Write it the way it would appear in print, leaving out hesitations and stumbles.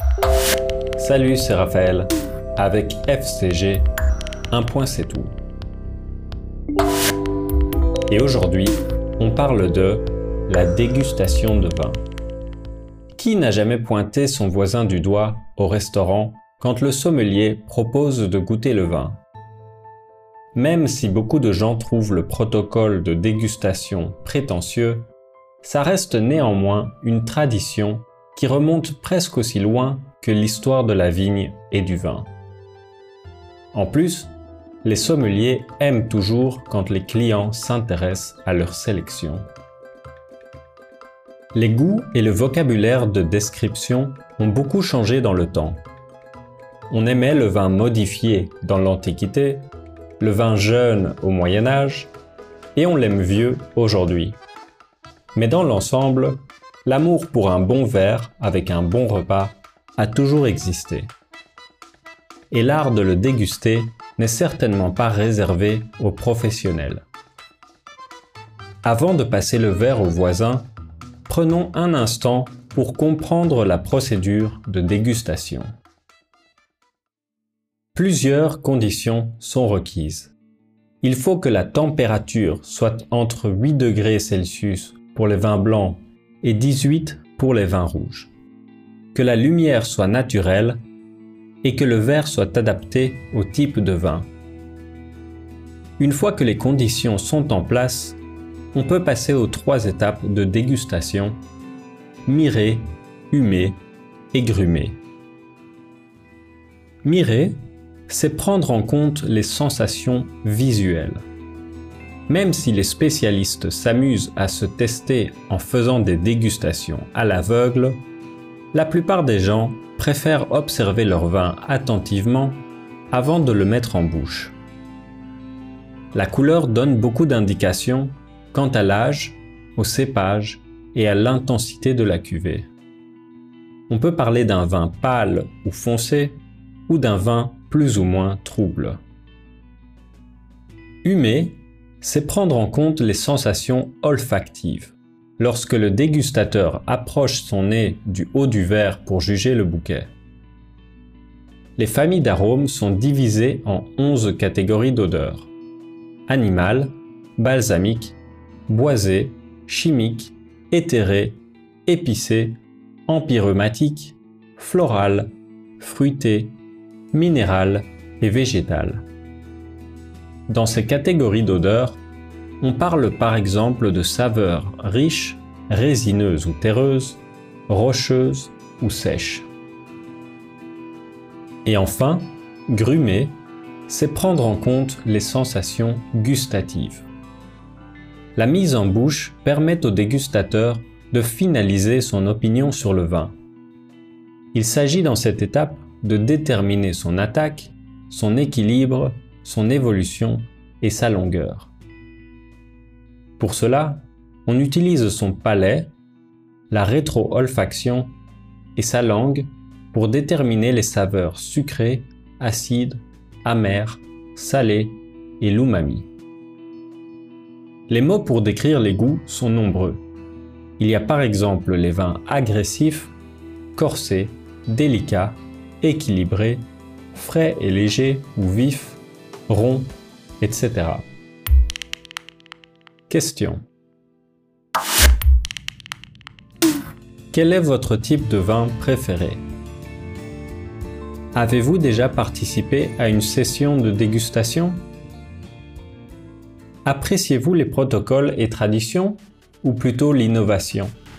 Salut, c'est Raphaël. Avec FCG, un point c'est tout. Et aujourd'hui, on parle de la dégustation de vin. Qui n'a jamais pointé son voisin du doigt au restaurant quand le sommelier propose de goûter le vin? Même si beaucoup de gens trouvent le protocole de dégustation prétentieux, ça reste néanmoins une tradition qui remonte presque aussi loin que l'histoire de la vigne et du vin. En plus, les sommeliers aiment toujours quand les clients s'intéressent à leur sélection. Les goûts et le vocabulaire de description ont beaucoup changé dans le temps. On aimait le vin modifié dans l'Antiquité, le vin jeune au Moyen Âge, et on l'aime vieux aujourd'hui. Mais dans l'ensemble, l'amour pour un bon verre avec un bon repas a toujours existé. Et l'art de le déguster n'est certainement pas réservé aux professionnels. Avant de passer le verre au voisin, prenons un instant pour comprendre la procédure de dégustation. Plusieurs conditions sont requises. Il faut que la température soit entre 8 degrés Celsius pour les vins blancs et 18 pour les vins rouges, que la lumière soit naturelle et que le verre soit adapté au type de vin. Une fois que les conditions sont en place, on peut passer aux 3 étapes de dégustation: mirer, humer et grumer. Mirer, c'est prendre en compte les sensations visuelles. Même si les spécialistes s'amusent à se tester en faisant des dégustations à l'aveugle, la plupart des gens préfèrent observer leur vin attentivement avant de le mettre en bouche. La couleur donne beaucoup d'indications quant à l'âge, au cépage et à l'intensité de la cuvée. On peut parler d'un vin pâle ou foncé ou d'un vin plus ou moins trouble. Humer, c'est prendre en compte les sensations olfactives, lorsque le dégustateur approche son nez du haut du verre pour juger le bouquet. Les familles d'arômes sont divisées en 11 catégories d'odeurs: animal, balsamique, boisé, chimique, éthéré, épicé, empyrématique, floral, fruité, minéral et végétal. Dans ces catégories d'odeurs, on parle par exemple de saveurs riches, résineuses ou terreuses, rocheuses ou sèches. Et enfin, grumer, c'est prendre en compte les sensations gustatives. La mise en bouche permet au dégustateur de finaliser son opinion sur le vin. Il s'agit dans cette étape de déterminer son attaque, son équilibre, son évolution et sa longueur. Pour cela, on utilise son palais, la rétro-olfaction et sa langue pour déterminer les saveurs sucrées, acides, amères, salées et l'umami. Les mots pour décrire les goûts sont nombreux. Il y a par exemple les vins agressifs, corsés, délicats, équilibrés, frais et légers ou vifs, ronds, etc. Question. Quel est votre type de vin préféré? Avez-vous déjà participé à une session de dégustation? Appréciez-vous les protocoles et traditions ou plutôt l'innovation?